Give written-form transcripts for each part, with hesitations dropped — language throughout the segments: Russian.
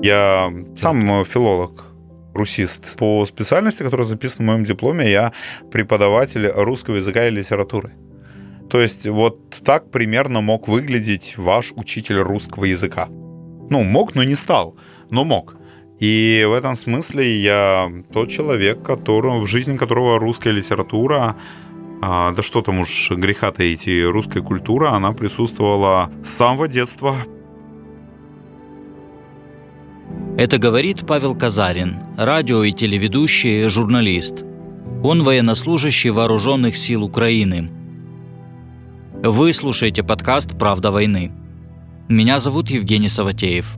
Я сам филолог, русист. По специальности, которая записана в моем дипломе, я преподаватель русского языка и литературы. То есть вот так примерно мог выглядеть ваш учитель русского языка. Мог, но не стал, но мог. И в этом смысле я тот человек, в жизни которого русская литература, да что там уж греха таить, и русская культура, она присутствовала с самого детства. Это говорит Павел Казарин, радио- и телеведущий, журналист. Он военнослужащий Вооруженных сил Украины. Вы слушаете подкаст «Правда войны». Меня зовут Евгений Саватеев.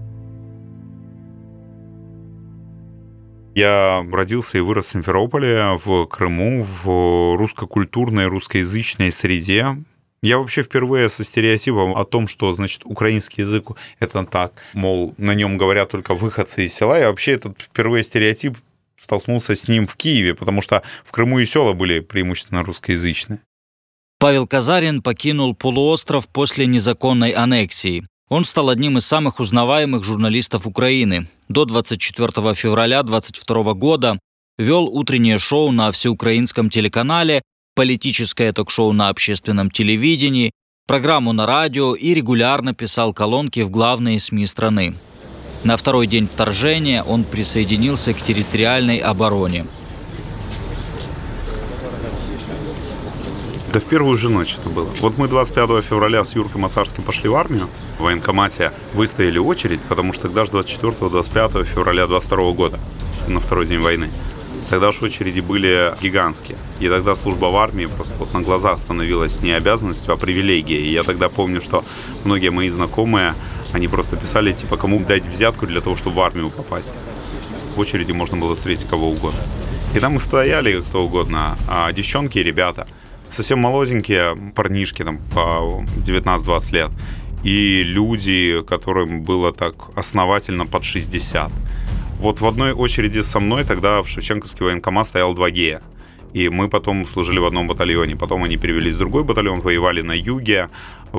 Я родился и вырос в Симферополе, в Крыму, в русско-культурной, русскоязычной среде. Я вообще впервые со стереотипом о том, что, значит, украинский язык — это так, мол, на нем говорят только выходцы из села. Я вообще этот впервые стереотип столкнулся с ним в Киеве, потому что в Крыму и села были преимущественно русскоязычные. Павел Казарин покинул полуостров после незаконной аннексии. Он стал одним из самых узнаваемых журналистов Украины. До 24 февраля 2022 года вел утреннее шоу на всеукраинском телеканале, политическое ток-шоу на общественном телевидении, программу на радио и регулярно писал колонки в главные СМИ страны. На второй день вторжения он присоединился к территориальной обороне. Да в первую же ночь это было. Вот мы 25 февраля с Юркой Мацарским пошли в армию. В военкомате выстояли очередь, потому что тогда же 24-25 февраля 22 года, на второй день войны. Тогда уж очереди были гигантские. И тогда служба в армии просто вот на глазах становилась не обязанностью, а привилегией. И я тогда помню, что многие мои знакомые, они просто писали, типа, кому дать взятку для того, чтобы в армию попасть. В очереди можно было встретить кого угодно. И там мы стояли кто угодно, а девчонки и ребята, совсем молоденькие парнишки, там, по 19-20 лет, и люди, которым было так основательно под 60. Вот в одной очереди со мной тогда в Шевченковский военкомат стоял 2 гея. И мы потом служили в одном батальоне. Потом они перевелись в другой батальон, воевали на юге,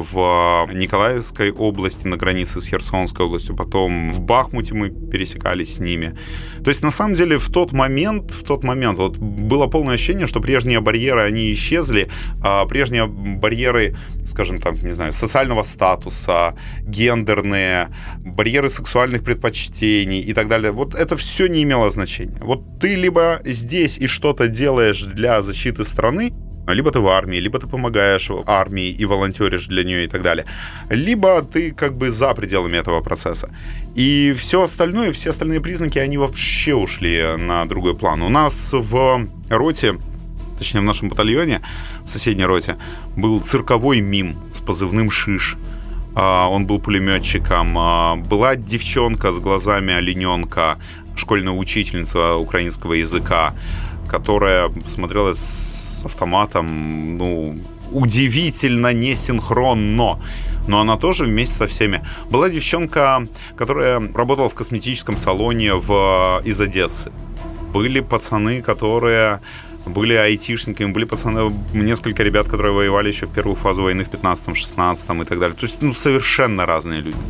в Николаевской области, на границе с Херсонской областью. Потом в Бахмуте мы пересекались с ними. То есть, на самом деле, в тот момент вот было полное ощущение, что прежние барьеры, они исчезли. А прежние барьеры, скажем, там, не знаю, социального статуса, гендерные, барьеры сексуальных предпочтений и так далее. Вот это все не имело значения. Вот ты либо здесь и что-то делаешь для защиты страны, либо ты в армии, либо ты помогаешь армии и волонтеришь для нее и так далее, либо ты как бы за пределами этого процесса. И все остальные признаки, они вообще ушли на другой план. У нас в роте, точнее в нашем батальоне, в соседней роте, был цирковой мим с позывным «Шиш». Он был пулеметчиком. Была девчонка с глазами олененка, школьная учительница украинского языка, которая смотрелась с автоматом, удивительно несинхронно. Но она тоже вместе со всеми. Была девчонка, которая работала в косметическом салоне из Одессы. Были пацаны, которые были айтишниками, были пацаны, несколько ребят, которые воевали еще в первую фазу войны в 15-16 и так далее. То есть, совершенно разные люди.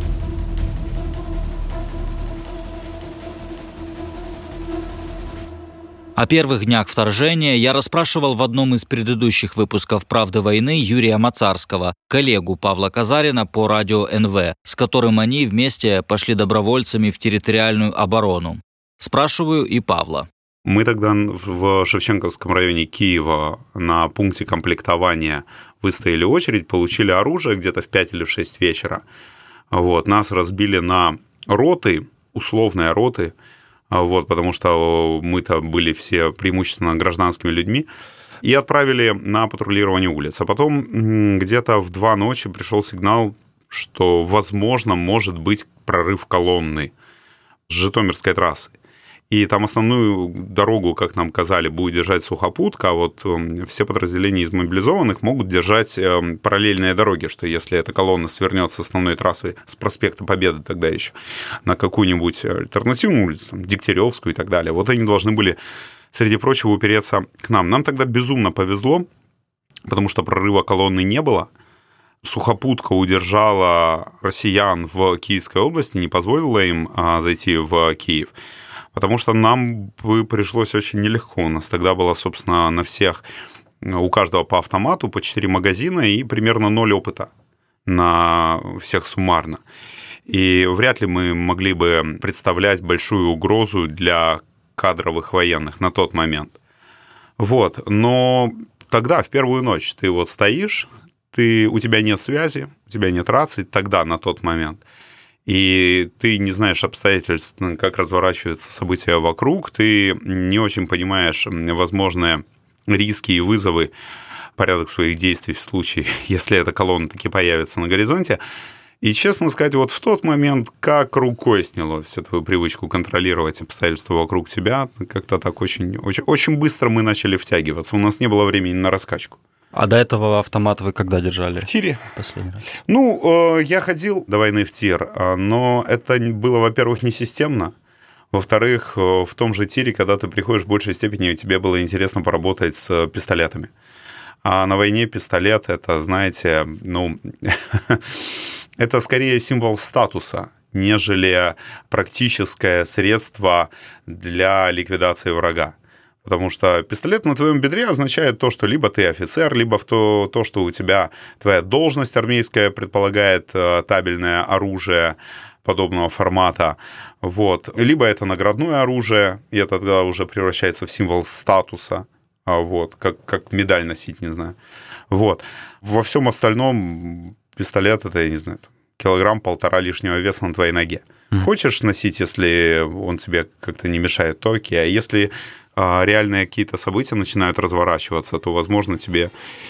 О первых днях вторжения я расспрашивал в одном из предыдущих выпусков «Правды войны» Юрия Мацарского, коллегу Павла Казарина по радио НВ, с которым они вместе пошли добровольцами в территориальную оборону. Спрашиваю и Павла. Мы тогда в Шевченковском районе Киева на пункте комплектования выстояли очередь, получили оружие где-то в 5 или в 6 вечера. Нас разбили на роты, условные роты, потому что мы-то были все преимущественно гражданскими людьми, и отправили на патрулирование улиц. А потом где-то в 2 ночи пришел сигнал, что, возможно, может быть прорыв колонны с Житомирской трассы. И там основную дорогу, как нам казали, будет держать сухопутка, а вот все подразделения из мобилизованных могут держать параллельные дороги, что если эта колонна свернет с основной трассы, с проспекта Победы тогда еще, на какую-нибудь альтернативную улицу, Дегтяревскую и так далее, вот они должны были, среди прочего, упереться к нам. Нам тогда безумно повезло, потому что прорыва колонны не было. сухопутка удержала россиян в Киевской области, не позволила им зайти в Киев, потому что нам бы пришлось очень нелегко. У нас тогда было, собственно, на всех, у каждого по автомату, по 4 магазина и примерно 0 опыта на всех суммарно. И вряд ли мы могли бы представлять большую угрозу для кадровых военных на тот момент. Вот. Но тогда, в первую ночь, ты вот стоишь, у тебя нет связи, у тебя нет рации, тогда, на тот момент, и ты не знаешь обстоятельств, как разворачиваются события вокруг, ты не очень понимаешь возможные риски и вызовы, порядок своих действий в случае, если эта колонна таки появится на горизонте. И, честно сказать, вот в тот момент как рукой сняло всю твою привычку контролировать обстоятельства вокруг тебя. Как-то так очень, очень, очень быстро мы начали втягиваться. У нас не было времени на раскачку. А до этого автомат вы когда держали? В тире. Последний раз. Ну, я ходил до войны в тир, но это было, во-первых, не системно. Во-вторых, в том же тире, когда ты приходишь в большей степени, тебе было интересно поработать с пистолетами. А на войне пистолет — это, знаете, ну... Это скорее символ статуса, нежели практическое средство для ликвидации врага. Потому что пистолет на твоем бедре означает то, что либо ты офицер, либо то, что у тебя твоя должность армейская предполагает табельное оружие подобного формата. Вот. Либо это наградное оружие, и это тогда уже превращается в символ статуса. Вот. Как медаль носить, не знаю. Вот. Во всем остальном... Пистолет — это, я не знаю, килограмм-полтора лишнего веса на твоей ноге. Хочешь носить, если он тебе как-то не мешает, то окей. А если реальные какие-то события начинают разворачиваться, то, возможно, тебе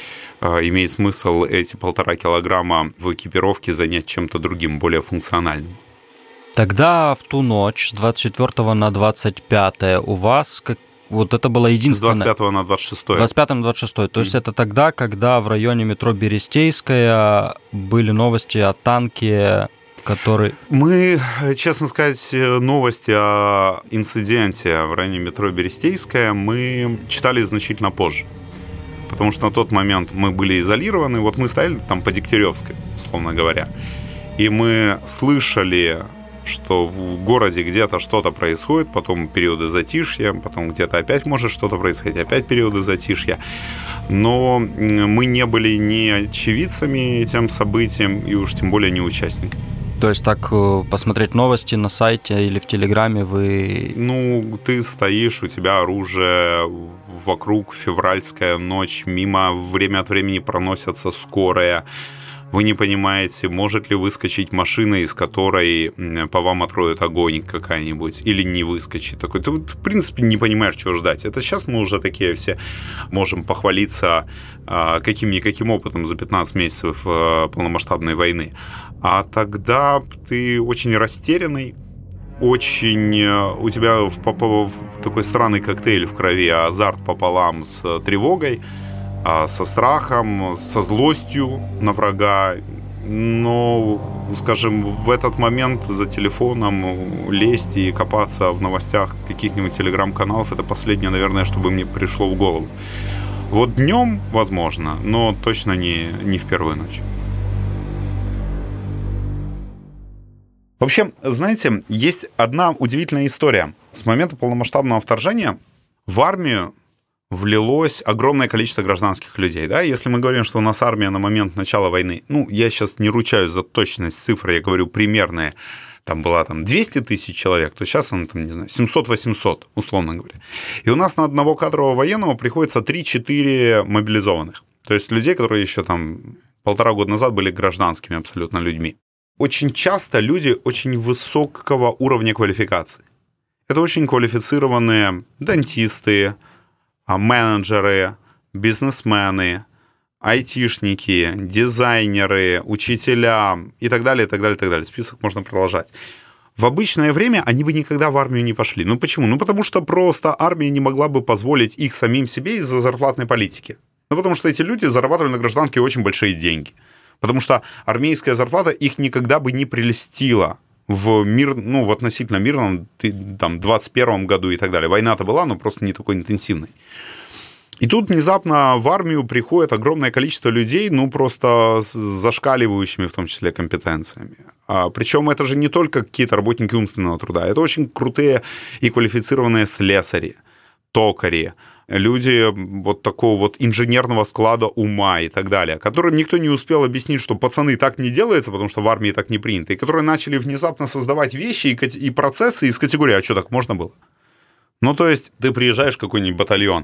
имеет смысл эти 1,5 килограмма в экипировке занять чем-то другим, более функциональным. Тогда в ту ночь с 24 на 25 у вас вот это было единственное... С 25 на 26. 25 на 26. То есть это тогда, когда в районе метро Берестейская были новости о танке, который... Мы, честно сказать, новости о инциденте в районе метро Берестейская мы читали значительно позже. Потому что на тот момент мы были изолированы. Вот мы стояли там по Дегтяревской, условно говоря. И мы слышали... что в городе где-то что-то происходит, потом периоды затишья, потом где-то опять может что-то происходить, опять периоды затишья. Но мы не были ни очевидцами этим событиям, и уж тем более не участниками. То есть так посмотреть новости на сайте или в Телеграме вы... Ну, ты стоишь, у тебя оружие, вокруг февральская ночь, мимо время от времени проносятся скорые. Вы не понимаете, может ли выскочить машина, из которой по вам откроет огонь какая-нибудь, или не выскочит. Такой, ты, в принципе, не понимаешь, чего ждать. Это сейчас мы уже такие все можем похвалиться каким-никаким опытом за 15 месяцев полномасштабной войны. А тогда ты очень растерянный, очень... У тебя такой странный коктейль в крови, азарт пополам с тревогой, со страхом, со злостью на врага. Но, скажем, в этот момент за телефоном лезть и копаться в новостях каких-нибудь телеграм-каналов — это последнее, наверное, что бы мне пришло в голову. Вот днем, возможно, но точно не в первую ночь. Вообще, знаете, есть одна удивительная история. С момента полномасштабного вторжения в армию влилось огромное количество гражданских людей. Да? Если мы говорим, что у нас армия на момент начала войны, ну, я сейчас не ручаюсь за точность цифры, я говорю примерные, там была 200 тысяч человек, то сейчас она, не знаю, 700-800, условно говоря. И у нас на одного кадрового военного приходится 3-4 мобилизованных. То есть людей, которые еще 1,5 года назад были гражданскими абсолютно людьми. Очень часто люди очень высокого уровня квалификации. Это очень квалифицированные дантисты, менеджеры, бизнесмены, айтишники, дизайнеры, учителя и так далее, и так далее, и так далее. Список можно продолжать. В обычное время они бы никогда в армию не пошли. Ну почему? Ну потому что просто армия не могла бы позволить их самим себе из-за зарплатной политики. Ну потому что эти люди зарабатывали на гражданке очень большие деньги. Потому что армейская зарплата их никогда бы не прельстила в относительно мирном 21 году и так далее. Война-то была, но просто не такой интенсивной. И тут внезапно в армию приходит огромное количество людей, просто с зашкаливающими, в том числе, компетенциями. Причем это же не только какие-то работники умственного труда, это очень крутые и квалифицированные слесари, токари, люди вот такого вот инженерного склада ума и так далее, которым никто не успел объяснить, что пацаны так не делается, потому что в армии так не принято, и которые начали внезапно создавать вещи и процессы из категории «а что, так можно было?». То есть ты приезжаешь в какой-нибудь батальон,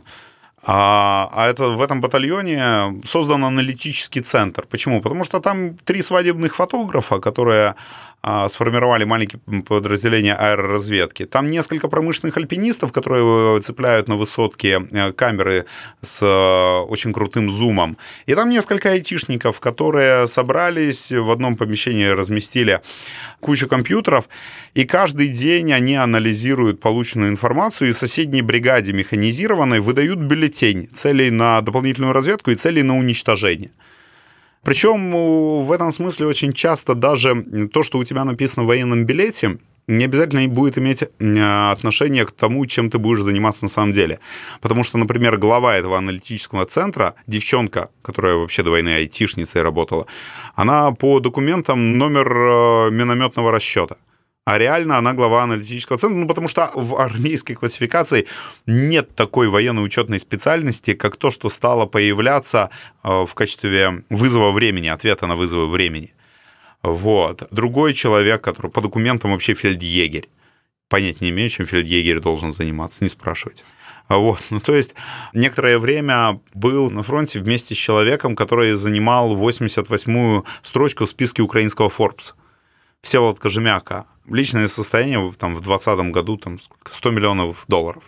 в этом батальоне создан аналитический центр. Почему? Потому что там 3 свадебных фотографа, которые сформировали маленькие подразделения аэроразведки. Там несколько промышленных альпинистов, которые цепляют на высотке камеры с очень крутым зумом. И там несколько айтишников, которые собрались в одном помещении, разместили кучу компьютеров, и каждый день они анализируют полученную информацию, и соседней бригаде механизированной выдают бюллетень целей на дополнительную разведку и целей на уничтожение. Причем в этом смысле очень часто даже то, что у тебя написано в военном билете, не обязательно будет иметь отношение к тому, чем ты будешь заниматься на самом деле. Потому что, например, глава этого аналитического центра, девчонка, которая вообще до войны айтишницей работала, она по документам номер минометного расчета. А реально она глава аналитического центра, потому что в армейской классификации нет такой военно-учетной специальности, как то, что стало появляться в качестве вызова времени, ответа на вызовы времени. Вот. Другой человек, который по документам вообще фельдъегерь. Понять не имею, чем фельдъегерь должен заниматься, не спрашивайте. Вот. То есть некоторое время был на фронте вместе с человеком, который занимал 88-ю строчку в списке украинского Forbes. Всеволод Кожемяка. Личное состояние в 2020 году $100 миллионов,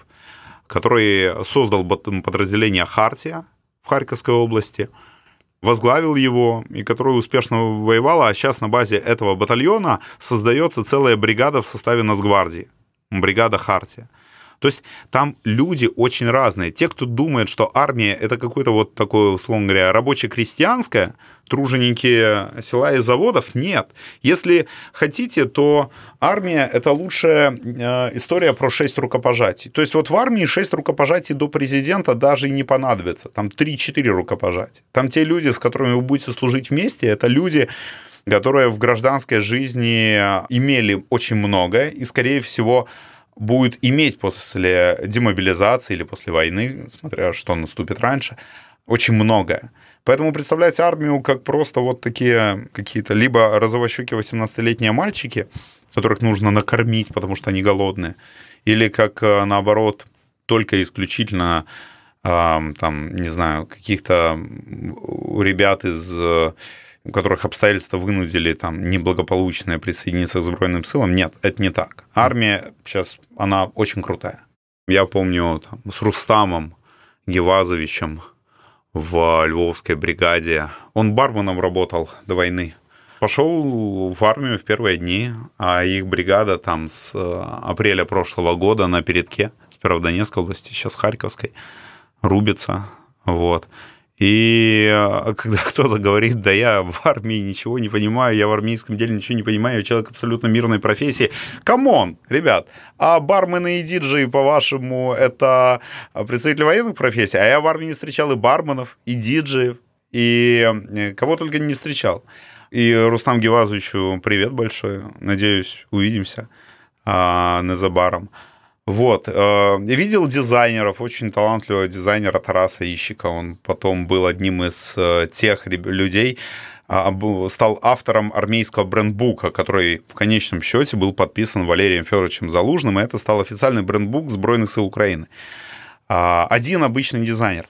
который создал подразделение «Хартия» в Харьковской области, возглавил его, и которое успешно воевало, а сейчас на базе этого батальона создается целая бригада в составе Нацгвардии, бригада «Хартия». То есть там люди очень разные. Те, кто думает, что армия — это какое-то вот такое, условно говоря, рабоче-крестьянское, труженики села и заводов, нет. Если хотите, то армия — это лучшая история про 6 рукопожатий. То есть вот в армии 6 рукопожатий до президента даже и не понадобится. Там 3-4 рукопожатия. Там те люди, с которыми вы будете служить вместе, это люди, которые в гражданской жизни имели очень многое и, скорее всего, будет иметь после демобилизации или после войны, смотря что наступит раньше, очень многое. Поэтому представлять армию как просто вот такие какие-то либо розовощёкие 18-летние мальчики, которых нужно накормить, потому что они голодные, или как, наоборот, только исключительно, не знаю, каких-то ребят у которых обстоятельства вынудили неблагополучно присоединиться к Збройным силам. Нет, это не так. Армия сейчас, она очень крутая. Я помню с Рустамом Гевазовичем в Львовской бригаде. Он барменом работал до войны. Пошел в армию в первые дни, а их бригада с апреля прошлого года на передке, сперва в Донецкой области, сейчас Харьковской, рубится. Вот. И когда кто-то говорит, да я в армии ничего не понимаю, я в армейском деле ничего не понимаю, я человек абсолютно мирной профессии. Камон, ребят, а бармены и диджеи, по-вашему, это представители военных профессий? А я в армии не встречал и барменов, и диджеев, и кого только не встречал. И Рустам Гевазовичу привет большой, надеюсь, увидимся за баром. Вот. Я видел дизайнеров, очень талантливого дизайнера Тараса Ищика. Он потом был одним из тех людей, стал автором армейского брендбука, который в конечном счете был подписан Валерием Федоровичем Залужным, и это стал официальный брендбук Збройных сил Украины. Один обычный дизайнер.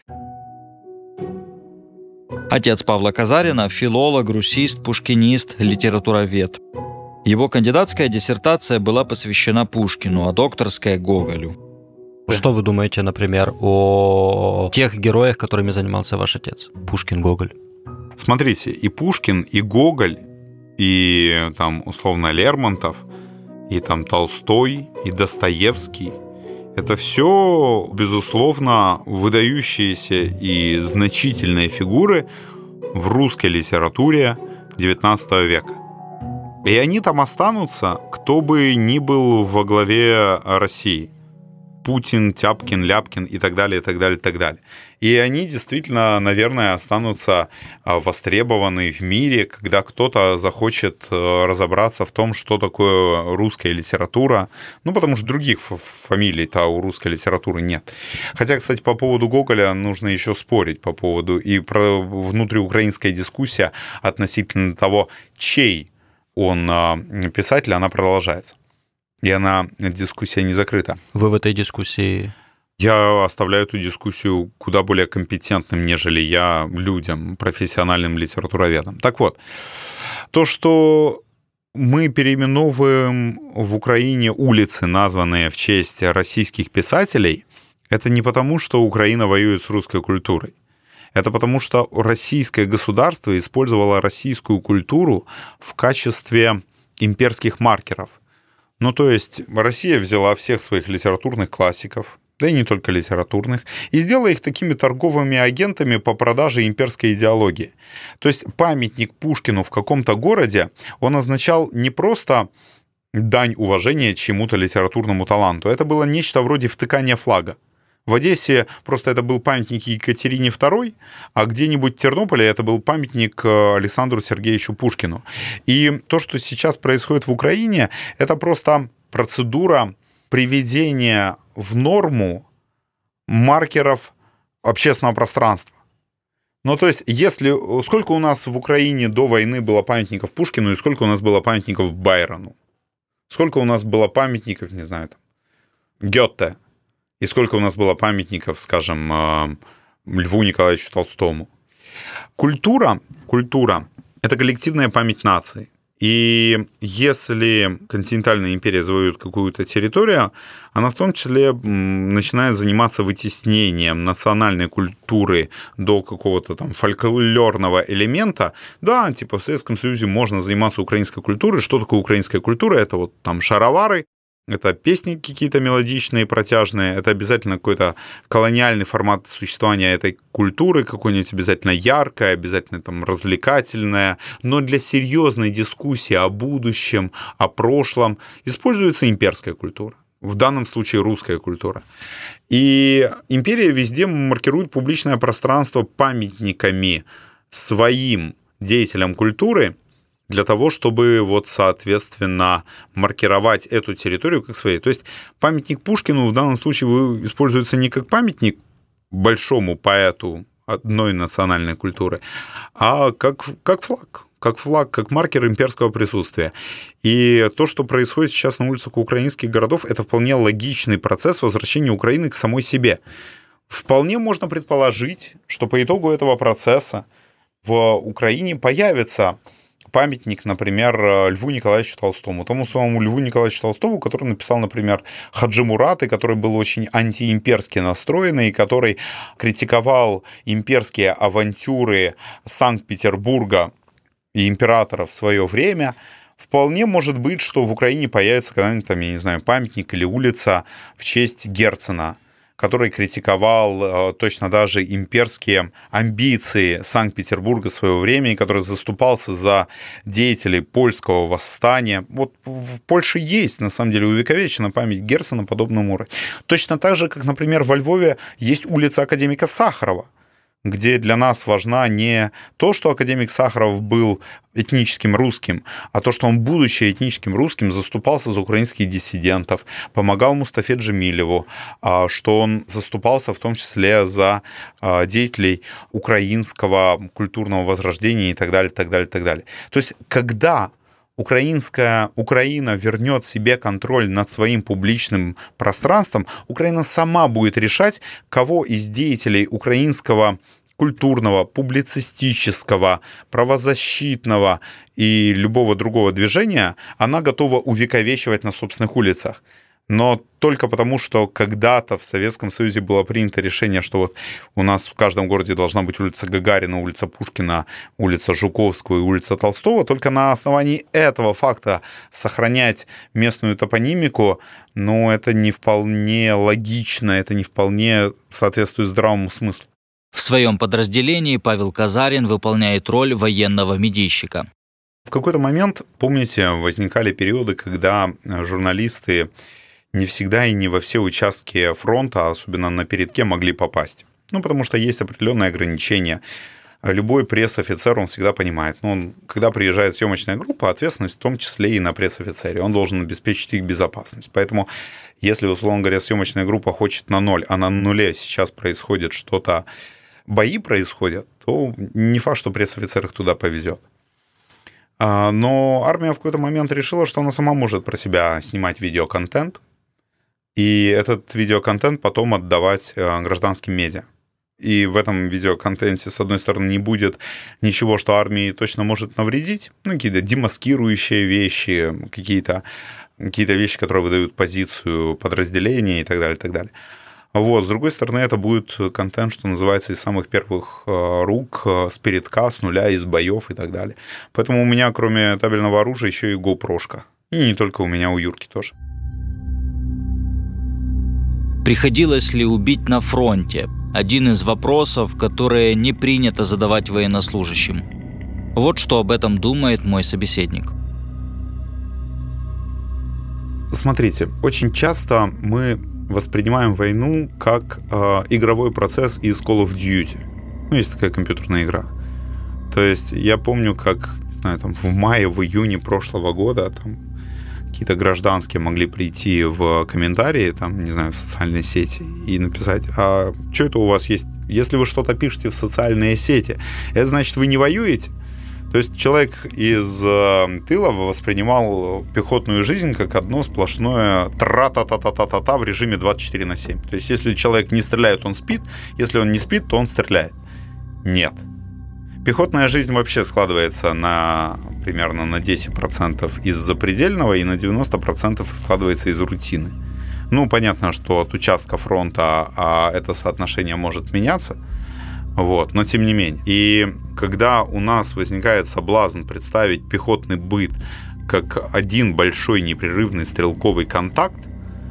Отец Павла Казарина – филолог, русист, пушкинист, литературовед. Его кандидатская диссертация была посвящена Пушкину, а докторская – Гоголю. Что вы думаете, например, о тех героях, которыми занимался ваш отец? Пушкин, Гоголь. Смотрите, и Пушкин, и Гоголь, и условно Лермонтов, и Толстой, и Достоевский – это все, безусловно, выдающиеся и значительные фигуры в русской литературе XIX века. И они там останутся, кто бы ни был во главе России. Путин, Тяпкин, Ляпкин и так далее, и так далее, и так далее. И они действительно, наверное, останутся востребованы в мире, когда кто-то захочет разобраться в том, что такое русская литература. Ну, потому что других фамилий-то у русской литературы нет. Хотя, кстати, по поводу Гоголя нужно еще спорить по поводу и про внутриукраинская дискуссия относительно того, чей он писатель, она продолжается. И дискуссия не закрыта. Вы в этой дискуссии... Я оставляю эту дискуссию куда более компетентным, нежели я, людям, профессиональным литературоведам. Так вот, то, что мы переименовываем в Украине улицы, названные в честь российских писателей, это не потому, что Украина воюет с русской культурой. Это потому, что российское государство использовало российскую культуру в качестве имперских маркеров. Ну, то есть Россия взяла всех своих литературных классиков, да и не только литературных, и сделала их такими торговыми агентами по продаже имперской идеологии. То есть памятник Пушкину в каком-то городе, он означал не просто дань уважения чему-то литературному таланту, это было нечто вроде втыкания флага. В Одессе просто это был памятник Екатерине II, а где-нибудь в Тернополе это был памятник Александру Сергеевичу Пушкину. И то, что сейчас происходит в Украине, это просто процедура приведения в норму маркеров общественного пространства. Ну, то есть, сколько у нас в Украине до войны было памятников Пушкину и сколько у нас было памятников Байрону? Сколько у нас было памятников, не знаю, там, Гёте? И сколько у нас было памятников, скажем, Льву Николаевичу Толстому? Культура – это коллективная память нации. И если континентальная империя завоюет какую-то территорию, она в том числе начинает заниматься вытеснением национальной культуры до какого-то там фольклорного элемента. Да, типа в Советском Союзе можно заниматься украинской культурой. Что такое украинская культура? Это вот там шаровары, это песни какие-то мелодичные, протяжные, это обязательно какой-то колониальный формат существования этой культуры, какой-нибудь обязательно яркое, обязательно там развлекательное, но для серьезной дискуссии о будущем, о прошлом используется имперская культура, в данном случае русская культура. И империя везде маркирует публичное пространство памятниками своим деятелям культуры, для того, чтобы, вот, соответственно, маркировать эту территорию как своей. То есть памятник Пушкину в данном случае используется не как памятник большому поэту одной национальной культуры, а как флаг. Как флаг, как маркер имперского присутствия. И то, что происходит сейчас на улицах украинских городов, это вполне логичный процесс возвращения Украины к самой себе. Вполне можно предположить, что по итогу этого процесса в Украине появится памятник, например, Льву Николаевичу Толстому, тому самому Льву Николаевичу Толстому, который написал, например, Хаджи Мурат, и который был очень антиимперски настроенный, и который критиковал имперские авантюры Санкт-Петербурга и императора в свое время. Вполне может быть, что в Украине появится когда-нибудь там, я не знаю, памятник или улица в честь Герцена, который критиковал точно даже имперские амбиции Санкт-Петербурга своего времени, который заступался за деятелей польского восстания. Вот в Польше есть, на самом деле, увековечена память Герцена подобному уровню. Точно так же, как, например, во Львове есть улица академика Сахарова, где для нас важна не то, что академик Сахаров был этническим русским, а то, что он, будучи этническим русским, заступался за украинских диссидентов, помогал Мустафе Джемилеву, что он заступался в том числе за деятелей украинского культурного возрождения и так далее, так далее, так далее. То есть, когда Украина вернет себе контроль над своим публичным пространством, Украина сама будет решать, кого из деятелей украинского культурного, публицистического, правозащитного и любого другого движения она готова увековечивать на собственных улицах. Но только потому, что когда-то в Советском Союзе было принято решение, что вот у нас в каждом городе должна быть улица Гагарина, улица Пушкина, улица Жуковского и улица Толстого, только на основании этого факта сохранять местную топонимику, ну, это не вполне логично, это не вполне соответствует здравому смыслу. В своем подразделении Павел Казарин выполняет роль военного медийщика. В какой-то момент, помните, возникали периоды, когда журналисты не всегда и не во все участки фронта, особенно на передке, могли попасть. Потому что есть определенные ограничения. Любой пресс-офицер, он всегда понимает, когда приезжает съемочная группа, ответственность в том числе и на пресс-офицере. Он должен обеспечить их безопасность. Поэтому, если, условно говоря, съемочная группа хочет на 0, а на нуле сейчас происходит что-то, бои происходят, то не факт, что пресс-офицер их туда повезет. Но армия в какой-то момент решила, что она сама может про себя снимать видеоконтент, и этот видеоконтент потом отдавать гражданским медиа. И в этом видеоконтенте, с одной стороны, не будет ничего, что армии точно может навредить, какие-то демаскирующие вещи, какие-то вещи, которые выдают позицию подразделения и так далее, и так далее. С другой стороны, это будет контент, что называется, из самых первых рук, с передка, с нуля, из боев и так далее. Поэтому у меня, кроме табельного оружия, еще и GoPro-шка. И не только у меня, у Юрки тоже. Приходилось ли убить на фронте? Один из вопросов, которые не принято задавать военнослужащим. Вот что об этом думает мой собеседник. Смотрите, очень часто мы воспринимаем войну как игровой процесс из Call of Duty. Есть такая компьютерная игра. То есть я помню, как, не знаю, в мае, в июне прошлого года какие-то гражданские могли прийти в комментарии, не знаю, в социальные сети и написать: а что это у вас есть? Если вы что-то пишете в социальные сети, это значит, вы не воюете? То есть человек из тыла воспринимал пехотную жизнь как одно сплошное тра-та-та-та-та-та в режиме 24/7. То есть если человек не стреляет, он спит, если он не спит, то он стреляет. Нет. Пехотная жизнь вообще складывается примерно на 10% из запредельного и на 90% складывается из рутины. Понятно, что от участка фронта это соотношение может меняться, но тем не менее. И когда у нас возникает соблазн представить пехотный быт как один большой непрерывный стрелковый контакт,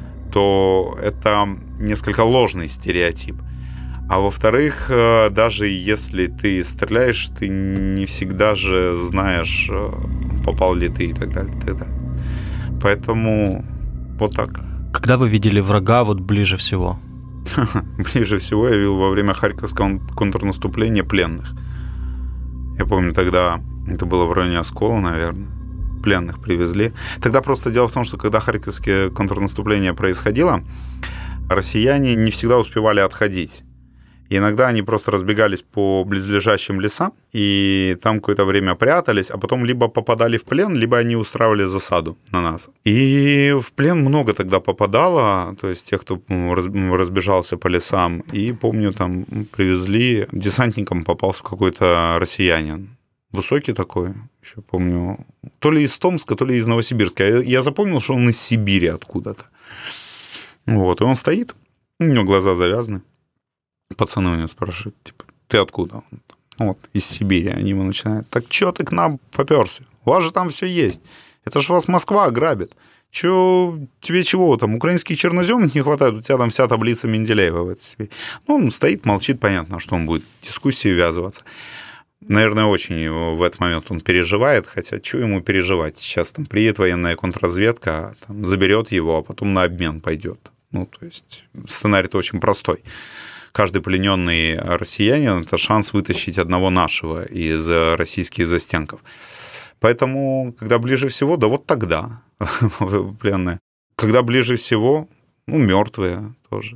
то это несколько ложный стереотип. А во-вторых, даже если ты стреляешь, ты не всегда же знаешь, попал ли ты и так далее, и так далее. Поэтому вот так. Когда вы видели врага ближе всего? Ближе всего я видел во время Харьковского контрнаступления пленных. Я помню, тогда это было в районе Оскола, наверное. Пленных привезли. Тогда просто дело в том, что когда Харьковское контрнаступление происходило, россияне не всегда успевали отходить. И иногда они просто разбегались по близлежащим лесам, и там какое-то время прятались, а потом либо попадали в плен, либо они устраивали засаду на нас. И в плен много тогда попадало, то есть тех, кто разбежался по лесам. И помню, привезли, десантником попался какой-то россиянин. Высокий такой, еще помню, то ли из Томска, то ли из Новосибирска. Я запомнил, что он из Сибири откуда-то. И он стоит, у него глаза завязаны. Пацаны у него спрашивают, ты откуда? Из Сибири. Они ему начинают: так что ты к нам попёрся? У вас же там все есть. Это ж вас Москва грабит. Тебе чего там? Украинских черноземных не хватает? У тебя там вся таблица Менделеева в этой Сибири. Он стоит, молчит, понятно, что он будет в дискуссии ввязываться. Наверное, очень в этот момент он переживает, хотя что ему переживать? Сейчас приедет военная контрразведка, заберет его, а потом на обмен пойдет. То есть сценарий-то очень простой. Каждый плененный россиянин – это шанс вытащить одного нашего из российских застенков. Поэтому, когда ближе всего, тогда пленные. Когда ближе всего, мертвые тоже.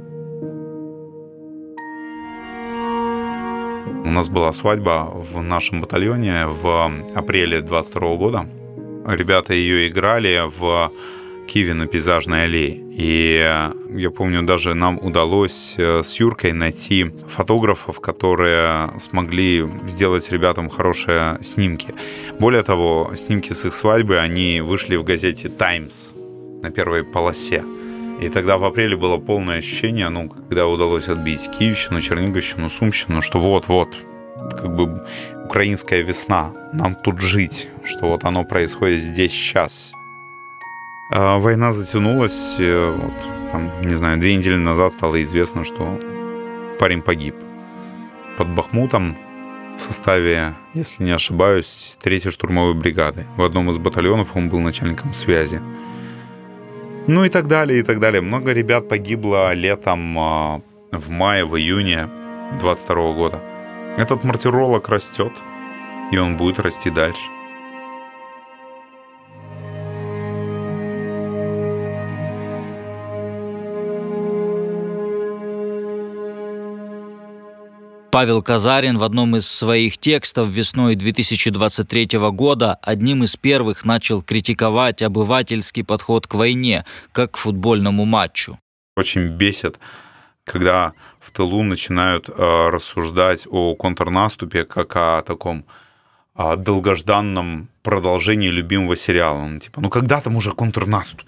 У нас была свадьба в нашем батальоне в апреле 22 года. Ребята ее играли в Киеве на Пейзажной аллее. И я помню, даже нам удалось с Юркой найти фотографов, которые смогли сделать ребятам хорошие снимки. Более того, снимки с их свадьбы, они вышли в газете «Таймс» на первой полосе. И тогда в апреле было полное ощущение, когда удалось отбить Киевщину, Черниговщину, Сумщину, что вот-вот, украинская весна, нам тут жить, что оно происходит здесь, сейчас. Война затянулась, 2 недели назад стало известно, что парень погиб под Бахмутом в составе, если не ошибаюсь, 3-й штурмовой бригады. В одном из батальонов он был начальником связи. Ну и так далее, и так далее. Много ребят погибло летом, в мае, в июне 22 года. Этот мартиролог растет, и он будет расти дальше. Павел Казарин в одном из своих текстов весной 2023 года одним из первых начал критиковать обывательский подход к войне, как к футбольному матчу. Очень бесит, когда в тылу начинают рассуждать о контрнаступе как о таком долгожданном продолжении любимого сериала. Ну когда там уже контрнаступ?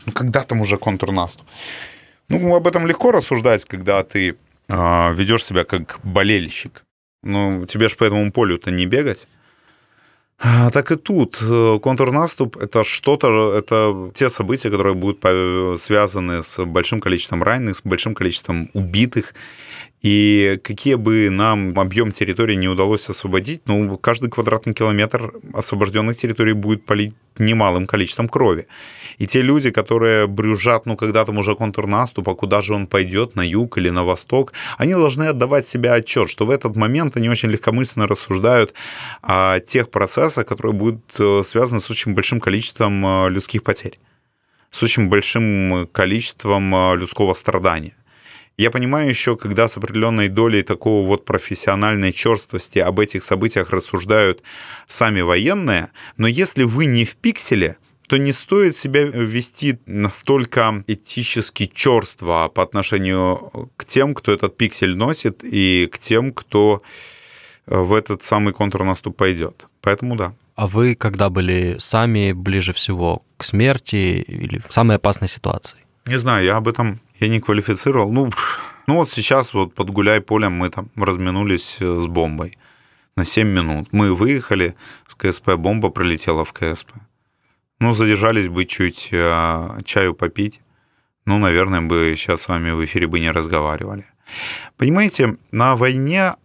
Об этом легко рассуждать, когда ты ведешь себя как болельщик. Ну, тебе же по этому полю-то не бегать. Так и тут. Контрнаступ — это что-то, это те события, которые будут связаны с большим количеством раненых, с большим количеством убитых. И какие бы нам объем территории не удалось освободить, каждый квадратный километр освобожденных территорий будет палить немалым количеством крови. И те люди, которые брюзжат, когда там уже контрнаступ, а куда же он пойдет, на юг или на восток, они должны отдавать себе отчет, что в этот момент они очень легкомысленно рассуждают о тех процессах, которые будут связаны с очень большим количеством людских потерь, с очень большим количеством людского страдания. Я понимаю еще, когда с определенной долей такого вот профессиональной черствости об этих событиях рассуждают сами военные, но если вы не в пикселе, то не стоит себя вести настолько этически черство по отношению к тем, кто этот пиксель носит, и к тем, кто в этот самый контрнаступ пойдет. Поэтому да. А вы когда были сами ближе всего к смерти или в самой опасной ситуации? Не знаю, я об этом не квалифицировал. Вот сейчас под Гуляй-полем мы там разминулись с бомбой на 7 минут. Мы выехали с КСП, бомба прилетела в КСП. Задержались бы чуть чаю попить. Наверное, бы сейчас с вами в эфире бы не разговаривали. Понимаете, на войне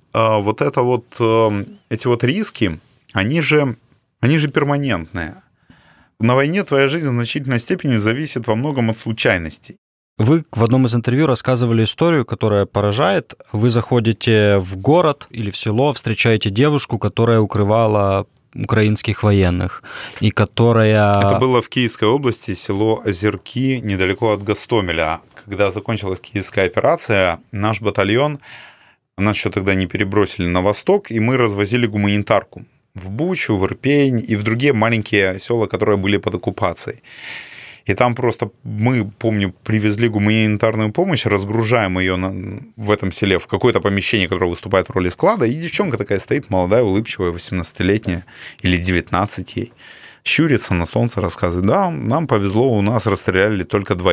эти риски, они же перманентные. На войне твоя жизнь в значительной степени зависит во многом от случайностей. Вы в одном из интервью рассказывали историю, которая поражает. Вы заходите в город или в село, встречаете девушку, которая укрывала украинских военных, и которая... Это было в Киевской области, село Озерки, недалеко от Гостомеля. Когда закончилась киевская операция, наш батальон, нас еще тогда не перебросили на восток, и мы развозили гуманитарку в Бучу, в Ирпень и в другие маленькие села, которые были под оккупацией. И там просто мы, помню, привезли гуманитарную помощь, разгружаем ее в этом селе в какое-то помещение, которое выступает в роли склада, и девчонка такая стоит, молодая, улыбчивая, 18-летняя или 19 ей, щурится на солнце, рассказывает: да, нам повезло, у нас расстреляли только 2.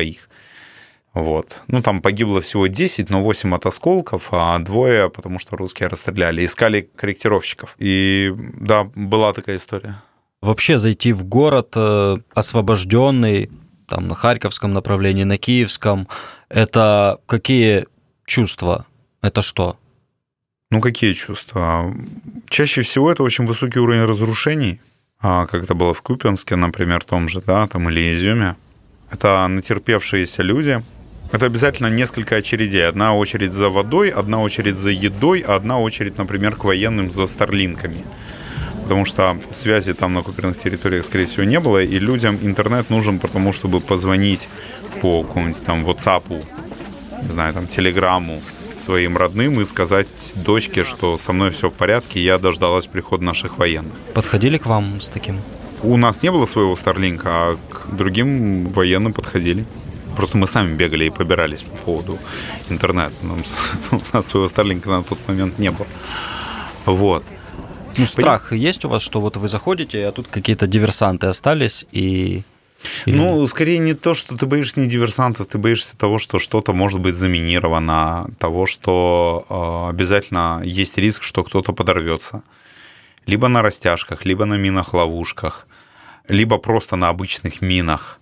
Вот. Там погибло всего 10, но 8 от осколков, а 2, потому что русские расстреляли. Искали корректировщиков. И да, была такая история. Вообще зайти в город освобожденный, там на Харьковском направлении, на Киевском, это какие чувства? Это что? Какие чувства? Чаще всего это очень высокий уровень разрушений, как это было в Купянске, например, том же, да, там или Изюме. Это натерпевшиеся люди. Это обязательно несколько очередей. Одна очередь за водой, одна очередь за едой, а одна очередь, например, к военным за старлинками. Потому что связи там на оккупированных территориях, скорее всего, не было, и людям интернет нужен потому, чтобы позвонить по какому-нибудь там WhatsApp, не знаю, там, Телеграмму своим родным и сказать дочке, что со мной все в порядке, я дождалась прихода наших военных. Подходили к вам с таким? У нас не было своего Старлинка, а к другим военным подходили. Просто мы сами бегали и побирались по поводу интернета. У нас своего Старлинка на тот момент не было. Вот. Страх есть у вас, что вот вы заходите, а тут какие-то диверсанты остались и... Скорее не то, что ты боишься не диверсантов, ты боишься того, что что-то может быть заминировано, того, что обязательно есть риск, что кто-то подорвется. Либо на растяжках, либо на минах-ловушках, либо просто на обычных минах,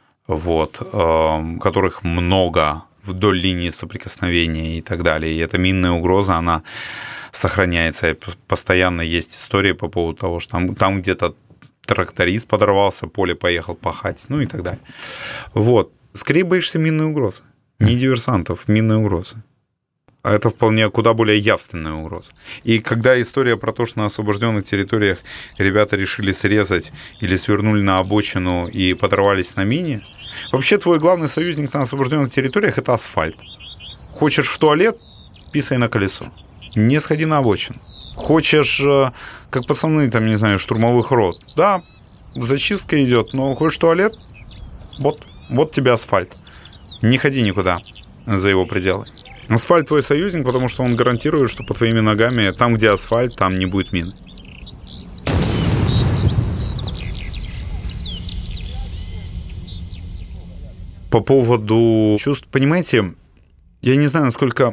которых много вдоль линии соприкосновения и так далее. И эта минная угроза, она сохраняется. Постоянно есть истории по поводу того, что там где-то тракторист подорвался, поле поехал пахать, и так далее. Скорее боишься минной угрозы. Не диверсантов, минной угрозы. А это вполне куда более явственная угроза. И когда история про то, что на освобожденных территориях ребята решили срезать или свернули на обочину и подорвались на мине, вообще твой главный союзник на освобожденных территориях – это асфальт. Хочешь в туалет – писай на колесо. Не сходи на обочину. Хочешь, как пацаны, там, не знаю, штурмовых рот. Да, зачистка идет, но хочешь в туалет – вот тебе асфальт. Не ходи никуда за его пределы. Асфальт твой союзник, потому что он гарантирует, что под твоими ногами, там, где асфальт, там не будет мин. По поводу чувств, понимаете, я не знаю, насколько...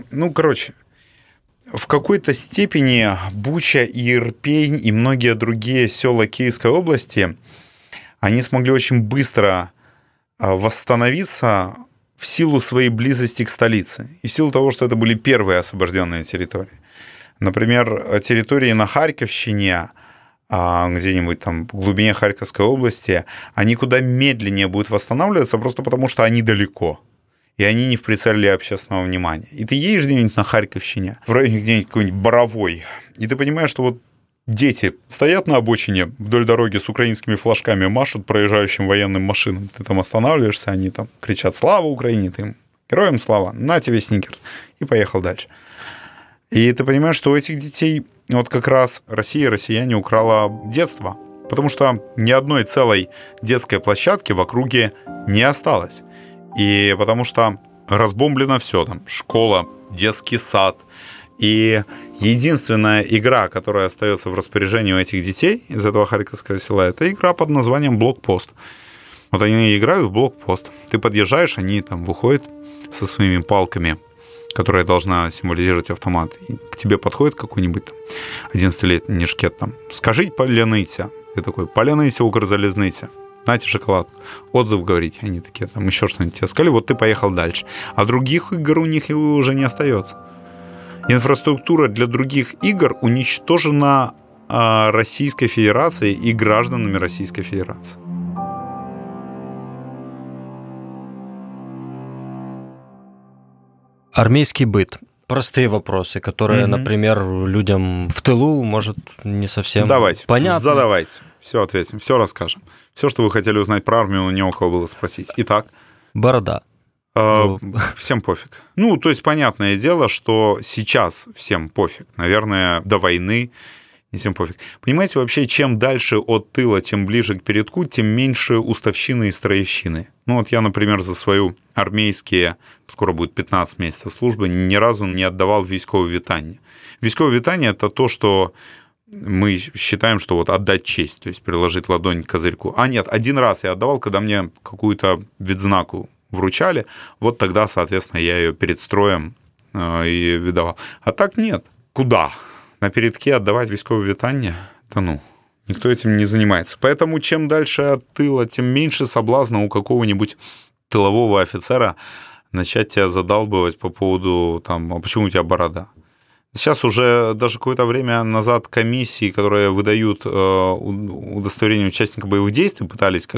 в какой-то степени Буча и Ирпень и многие другие села Киевской области, они смогли очень быстро восстановиться в силу своей близости к столице и в силу того, что это были первые освобожденные территории. Например, территории на Харьковщине, где-нибудь там в глубине Харьковской области, они куда медленнее будут восстанавливаться, просто потому что они далеко, и они не в прицеле общественного внимания. И ты едешь где-нибудь на Харьковщине, в районе где-нибудь какой-нибудь Боровой, и ты понимаешь, что вот дети стоят на обочине вдоль дороги с украинскими флажками, машут проезжающим военным машинам. Ты там останавливаешься, они там кричат «Слава Украине!», ты им «Героям слава! На тебе сникерс!» и поехал дальше. И ты понимаешь, что у этих детей вот как раз россияне украла детство, потому что ни одной целой детской площадки в округе не осталось. И потому что разбомблено все там, школа, детский сад. И единственная игра, которая остается в распоряжении у этих детей из этого харьковского села, это игра под названием «Блокпост». Вот они играют в блокпост. Ты подъезжаешь, они там выходят со своими палками, которая должна символизировать автомат. И к тебе подходит какой-нибудь там 11-летний шкет там. «Скажите, поляныся». Ты такой: «Поляныся, укрзалезныся». Знаете, шоколад. Отзыв говорить. Они такие, там еще что-нибудь тебе сказали, вот ты поехал дальше. А других игр у них уже не остается. Инфраструктура для других игр уничтожена Российской Федерацией и гражданами Российской Федерации. Армейский быт. Простые вопросы, которые, например, людям в тылу, может, не совсем понятны. Задавайте. Все ответим, все расскажем. Все, что вы хотели узнать про армию, не у кого было спросить. Итак. Борода. Всем пофиг. То есть, понятное дело, что сейчас всем пофиг. Наверное, до войны не всем пофиг. Понимаете, вообще, чем дальше от тыла, тем ближе к передку, тем меньше уставщины и строевщины. Вот я, например, за свою армейские, скоро будет 15 месяцев службы, ни разу не отдавал військове вітання. Військове вітання – это то, что мы считаем, что вот отдать честь, то есть приложить ладонь к козырьку. А нет, один раз я отдавал, когда мне какую-то відзнаку вручали, вот тогда, соответственно, я ее перед строем и видавал. А так нет. Куда? На передке отдавать військове вітання? Да никто этим не занимается. Поэтому чем дальше от тыла, тем меньше соблазна у какого-нибудь тылового офицера начать тебя задалбывать по поводу, там, а почему у тебя борода? Сейчас уже даже какое-то время назад комиссии, которые выдают удостоверение участника боевых действий, пытались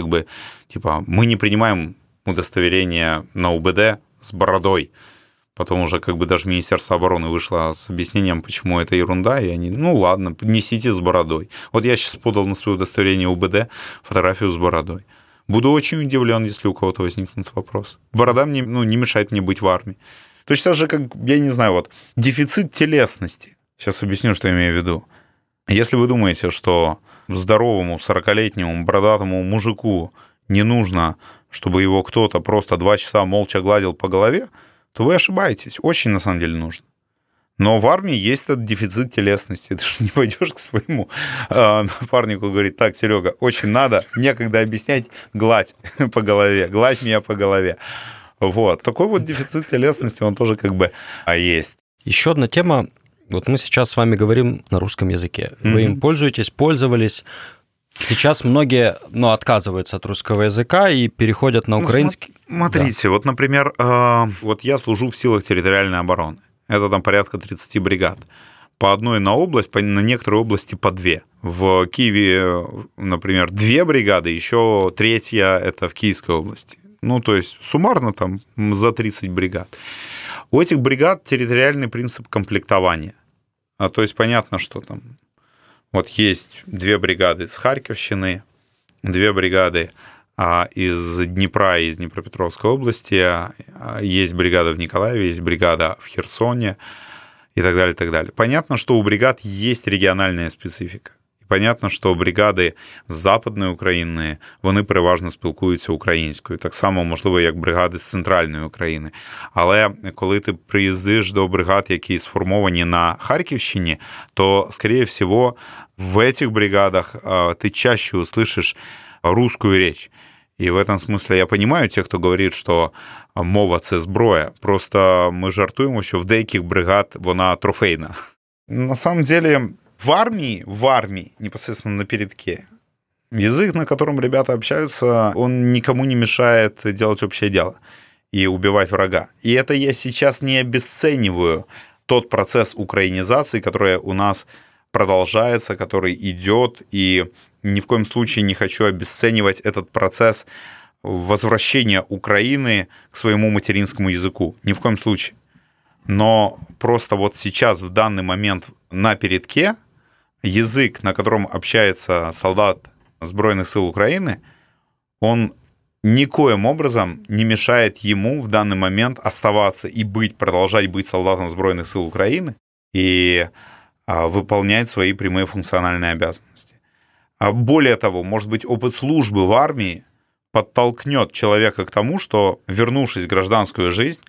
мы не принимаем удостоверение на УБД с бородой. Потом уже даже Министерство обороны вышло с объяснением, почему это ерунда, и они, ладно, несите с бородой. Вот я сейчас подал на свое удостоверение УБД фотографию с бородой. Буду очень удивлен, если у кого-то возникнут вопросы. Борода мне, не мешает мне быть в армии. Точно так же, я не знаю, дефицит телесности. Сейчас объясню, что я имею в виду. Если вы думаете, что здоровому 40-летнему бородатому мужику не нужно, чтобы его кто-то просто 2 часа молча гладил по голове, то вы ошибаетесь. Очень, на самом деле, нужно. Но в армии есть этот дефицит телесности. Ты же не пойдешь к своему напарнику и говорить: так, Серега, очень надо, некогда объяснять, гладь по голове, гладь меня по голове. Вот. Такой дефицит телесности, он тоже есть. Еще одна тема. Вот мы сейчас с вами говорим на русском языке. Вы им пользуетесь, пользовались. Сейчас многие, отказываются от русского языка и переходят на украинский. Смотрите, да. Например, я служу в силах территориальной обороны. Это там порядка 30 бригад. По одной на область, на некоторые области по 2. В Киеве, например, 2 бригады, еще 3-я это в Киевской области. Ну, то есть суммарно там за 30 бригад. У этих бригад территориальный принцип комплектования. То есть понятно, что там вот есть 2 бригады с Харьковщины, 2 бригады из Днепра и из Днепропетровской области, есть бригада в Николаеве, есть бригада в Херсоне и так далее, и так далее. Понятно, что у бригад есть региональная специфика. Понятно, що бригади з Западної України, вони переважно спілкуються українською. Так само, можливо, як бригади з Центральної України. Але коли ти приїздиш до бригад, які сформовані на Харківщині, то, скорее всего, в этих бригадах ты чаще услышишь русскую речь. И в этом смысле я понимаю тех, кто говорит, що мова – це зброя. Просто ми жартуємо, що в деяких бригад вона трофейна. На самом деле... В армии, непосредственно на передке, язык, на котором ребята общаются, он никому не мешает делать общее дело и убивать врага. И это я сейчас не обесцениваю тот процесс украинизации, который у нас продолжается, который идет, и ни в коем случае не хочу обесценивать этот процесс возвращения Украины к своему материнскому языку. Ни в коем случае. Но просто вот сейчас, в данный момент на передке, язык, на котором общается солдат Збройных сил Украины, он никоим образом не мешает ему в данный момент оставаться и продолжать быть солдатом Збройных сил Украины и выполнять свои прямые функциональные обязанности. Более того, может быть, опыт службы в армии подтолкнет человека к тому, что, вернувшись в гражданскую жизнь,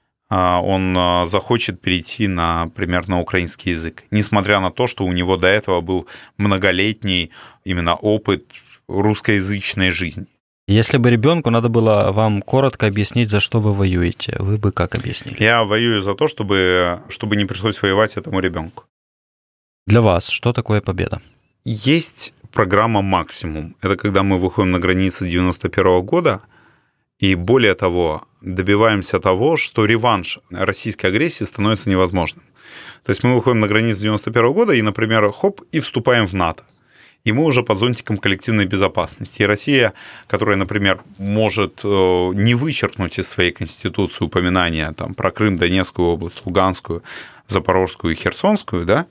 он захочет перейти, например, на украинский язык, несмотря на то, что у него до этого был многолетний именно опыт русскоязычной жизни. Если бы ребенку надо было вам коротко объяснить, за что вы воюете, вы бы как объяснили? Я воюю за то, чтобы не пришлось воевать этому ребенку. Для вас что такое победа? Есть программа «Максимум». Это когда мы выходим на границы 91 года, и более того, добиваемся того, что реванш российской агрессии становится невозможным. То есть мы выходим на границы 91 года и, например, и вступаем в НАТО. И мы уже под зонтиком коллективной безопасности. И Россия, которая, например, может не вычеркнуть из своей конституции упоминания там, про Крым, Донецкую область, Луганскую, Запорожскую и Херсонскую, да,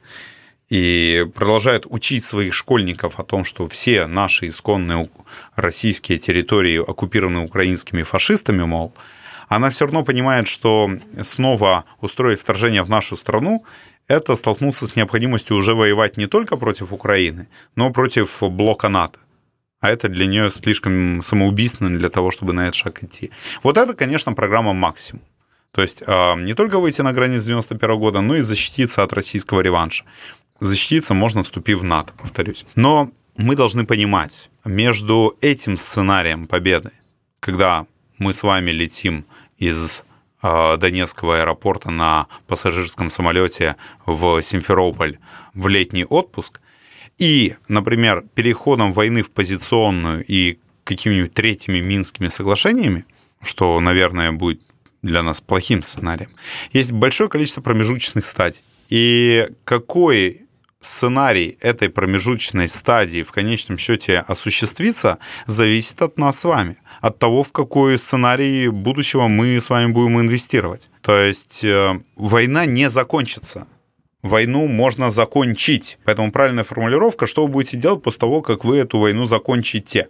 и продолжает учить своих школьников о том, что все наши исконные российские территории оккупированы украинскими фашистами, мол, она все равно понимает, что снова устроить вторжение в нашу страну – это столкнуться с необходимостью уже воевать не только против Украины, но против блока НАТО. А это для нее слишком самоубийственно для того, чтобы на этот шаг идти. Вот это, конечно, программа «Максимум». То есть не только выйти на границы 91 года, но и защититься от российского реванша. Защититься можно, вступив в НАТО, повторюсь. Но мы должны понимать, между этим сценарием победы, когда мы с вами летим из Донецкого аэропорта на пассажирском самолете в Симферополь в летний отпуск, и, например, переходом войны в позиционную и какими-нибудь третьими Минскими соглашениями, что, наверное, будет для нас плохим сценарием, есть большое количество промежуточных стадий. И какой сценарий этой промежуточной стадии в конечном счете осуществится, зависит от нас с вами, от того, в какой сценарий будущего мы с вами будем инвестировать. То есть война не закончится. Войну можно закончить. Поэтому правильная формулировка, что вы будете делать после того, как вы эту войну закончите.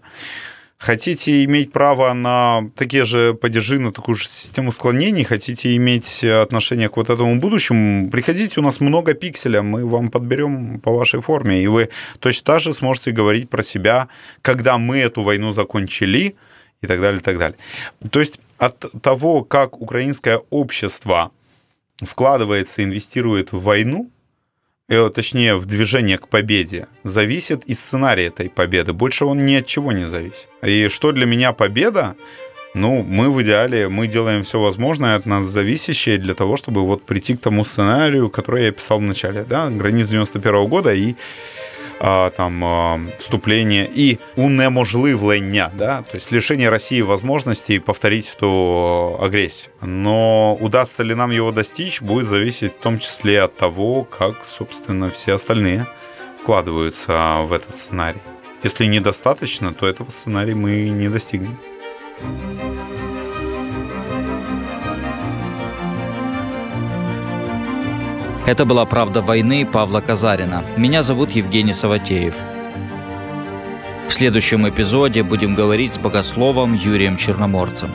Хотите иметь право на такие же падежи, на такую же систему склонений, хотите иметь отношение к вот этому будущему, приходите, у нас много пикселя, мы вам подберем по вашей форме, и вы точно так же сможете говорить про себя, когда мы эту войну закончили, и так далее, и так далее. То есть от того, как украинское общество вкладывается, инвестирует в войну, точнее, в движение к победе, зависит и сценарий этой победы. Больше он ни от чего не зависит. И что для меня победа? Ну, мы в идеале, мы делаем все возможное от нас зависящее для того, чтобы вот прийти к тому сценарию, который я писал в начале, да, границ 91 года и вступление и унеможливлення, да, то есть лишение России возможности повторить эту агрессию. Но удастся ли нам его достичь, будет зависеть в том числе от того, как, собственно, все остальные вкладываются в этот сценарий. Если недостаточно, то этого сценария мы не достигнем. Это была «Правда войны» Павла Казарина. Меня зовут Евгений Саватеев. В следующем эпизоде будем говорить с богословом Юрием Черноморцем.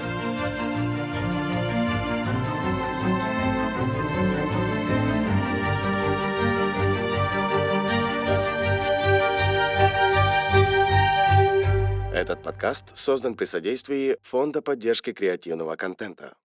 Этот подкаст создан при содействии Фонда поддержки креативного контента.